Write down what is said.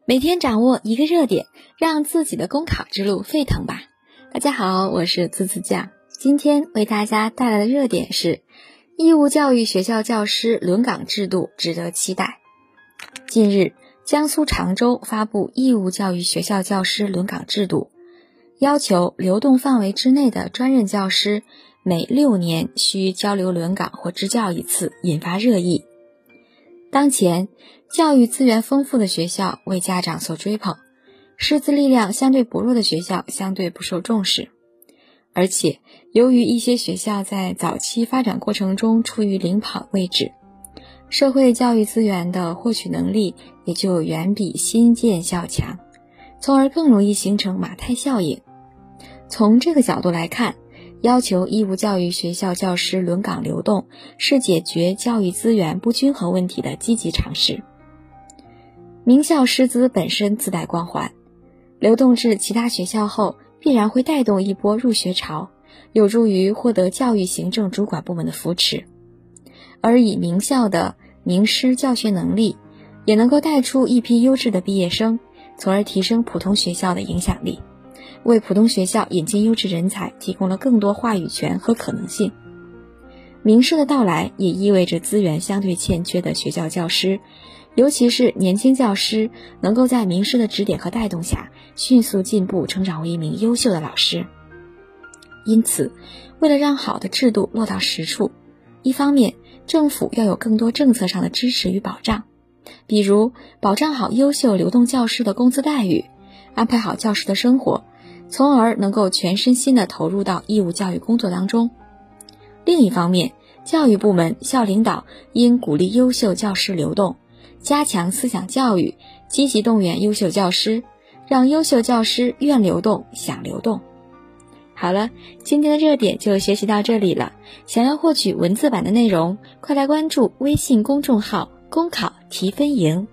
每天掌握一个热点，让自己的公考之路沸腾吧。大家好，我是滋滋酱，今天为大家带来的热点是义务教育学校教师轮岗制度值得期待。近日，江苏常州发布义务教育学校教师轮岗制度，要求流动范围之内的专任教师每6年需交流轮岗或支教一次，引发热议。当前教育资源丰富的学校为家长所追捧，师资力量相对薄弱的学校相对不受重视。而且由于一些学校在早期发展过程中处于领跑位置，社会教育资源的获取能力也就远比新建校强，从而更容易形成马太效应。从这个角度来看，要求义务教育学校教师轮岗流动是解决教育资源不均衡问题的积极尝试。名校师资本身自带光环，流动至其他学校后必然会带动一波入学潮，有助于获得教育行政主管部门的扶持。而以名校的名师教学能力，也能够带出一批优质的毕业生，从而提升普通学校的影响力，为普通学校引进优质人才提供了更多话语权和可能性。名师的到来也意味着资源相对欠缺的学校教师，尤其是年轻教师，能够在名师的指点和带动下迅速进步，成长为一名优秀的老师。因此，为了让好的制度落到实处，一方面政府要有更多政策上的支持与保障，比如保障好优秀流动教师的工资待遇，安排好教师的生活，从而能够全身心地投入到义务教育工作当中。另一方面，教育部门、校领导应鼓励优秀教师流动，加强思想教育，积极动员优秀教师，让优秀教师愿流动、想流动。好了，今天的热点就学习到这里了。想要获取文字版的内容，快来关注微信公众号“公考提分营”。